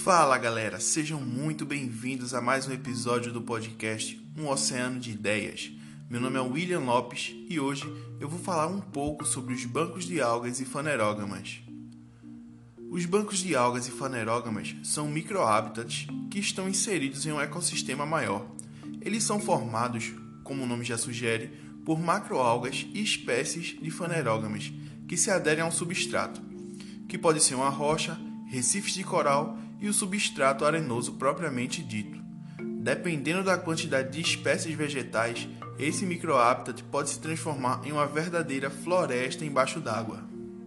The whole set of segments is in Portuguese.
Fala galera, sejam muito bem-vindos a mais um episódio do podcast Um Oceano de Ideias. Meu nome é William Lopes e hoje eu vou falar um pouco sobre os bancos de algas e fanerógamas. Os bancos de algas e fanerógamas são microhábitats que estão inseridos em um ecossistema maior. Eles são formados, como o nome já sugere, por macroalgas e espécies de fanerógamas que se aderem a um substrato, que pode ser uma rocha, recifes de coral e o substrato arenoso propriamente dito. Dependendo da quantidade de espécies vegetais, esse microhábitat pode se transformar em uma verdadeira floresta embaixo d'água.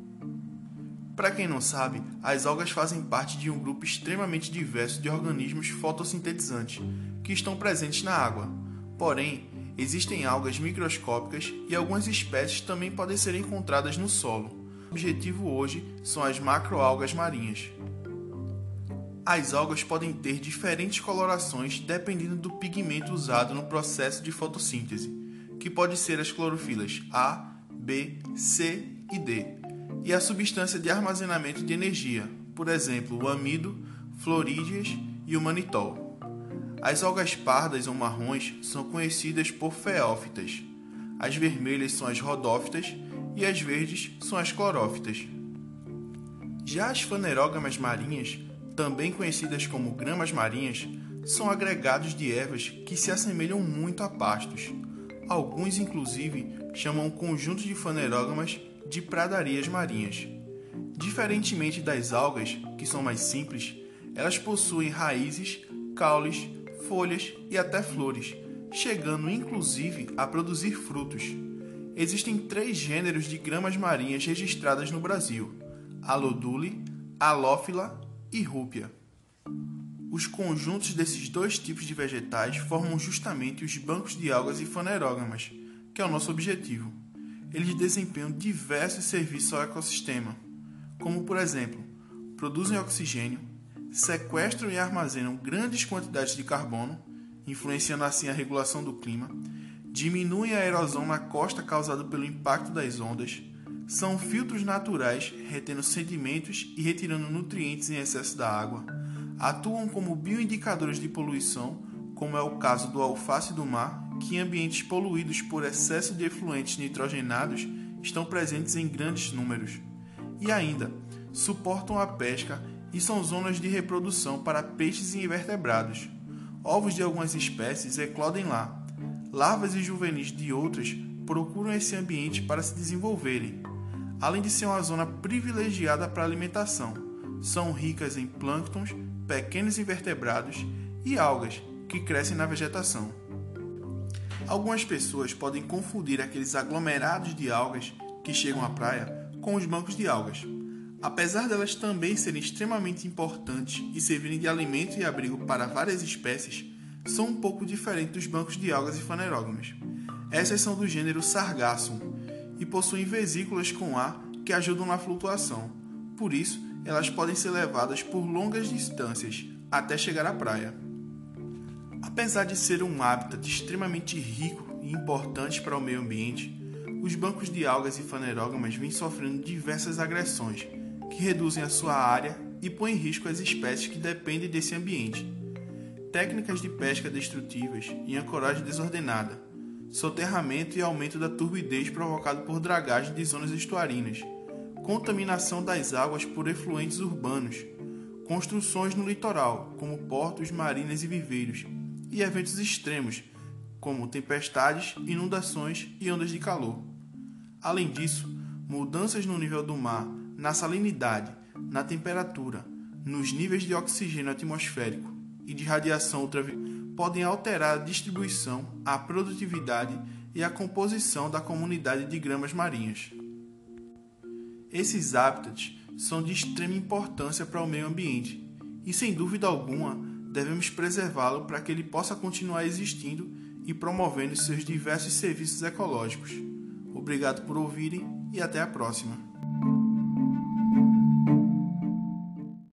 Para quem não sabe, as algas fazem parte de um grupo extremamente diverso de organismos fotossintetizantes que estão presentes na água. Porém, existem algas microscópicas e algumas espécies também podem ser encontradas no solo. O objetivo hoje são as macroalgas marinhas. As algas podem ter diferentes colorações dependendo do pigmento usado no processo de fotossíntese, que pode ser as clorofilas A, B, C e D, e a substância de armazenamento de energia, por exemplo, o amido, florídeas e o manitol. As algas pardas ou marrons são conhecidas por feófitas, as vermelhas são as rodófitas e as verdes são as clorófitas. Já as fanerógamas marinhas, também conhecidas como gramas marinhas, são agregados de ervas que se assemelham muito a pastos. Alguns, inclusive, chamam o conjunto de fanerógamas de pradarias marinhas. Diferentemente das algas, que são mais simples, elas possuem raízes, caules, folhas e até flores, chegando inclusive a produzir frutos. Existem 3 gêneros de gramas marinhas registradas no Brasil: Alodule, Alófila e Rúpia. Os conjuntos desses 2 tipos de vegetais formam justamente os bancos de algas e fanerógamas, que é o nosso objetivo. Eles desempenham diversos serviços ao ecossistema, como por exemplo, produzem oxigênio, sequestram e armazenam grandes quantidades de carbono, influenciando assim a regulação do clima, diminuem a erosão na costa causada pelo impacto das ondas, são filtros naturais, retendo sedimentos e retirando nutrientes em excesso da água, atuam como bioindicadores de poluição, como é o caso do alface do mar, que em ambientes poluídos por excesso de efluentes nitrogenados estão presentes em grandes números, e ainda suportam a pesca e são zonas de reprodução para peixes e invertebrados. Ovos de algumas espécies eclodem lá. Larvas e juvenis de outras procuram esse ambiente para se desenvolverem. Além de ser uma zona privilegiada para alimentação, são ricas em plânctons, pequenos invertebrados e algas que crescem na vegetação. Algumas pessoas podem confundir aqueles aglomerados de algas que chegam à praia com os bancos de algas. Apesar delas também serem extremamente importantes e servirem de alimento e abrigo para várias espécies, são um pouco diferentes dos bancos de algas e fanerógamas. Essas são do gênero Sargassum e possuem vesículas com ar que ajudam na flutuação. Por isso, elas podem ser levadas por longas distâncias até chegar à praia. Apesar de ser um hábitat extremamente rico e importante para o meio ambiente, os bancos de algas e fanerógamas vêm sofrendo diversas agressões que reduzem a sua área e põem em risco as espécies que dependem desse ambiente. Técnicas de pesca destrutivas e ancoragem desordenada, soterramento e aumento da turbidez provocado por dragagem de zonas estuarinas, contaminação das águas por efluentes urbanos, construções no litoral, como portos, marinas e viveiros, e eventos extremos, como tempestades, inundações e ondas de calor. Além disso, mudanças no nível do mar, na salinidade, na temperatura, nos níveis de oxigênio atmosférico e de radiação ultravioleta podem alterar a distribuição, a produtividade e a composição da comunidade de gramas marinhas. Esses hábitats são de extrema importância para o meio ambiente e, sem dúvida alguma, devemos preservá-lo para que ele possa continuar existindo e promovendo seus diversos serviços ecológicos. Obrigado por ouvirem e até a próxima.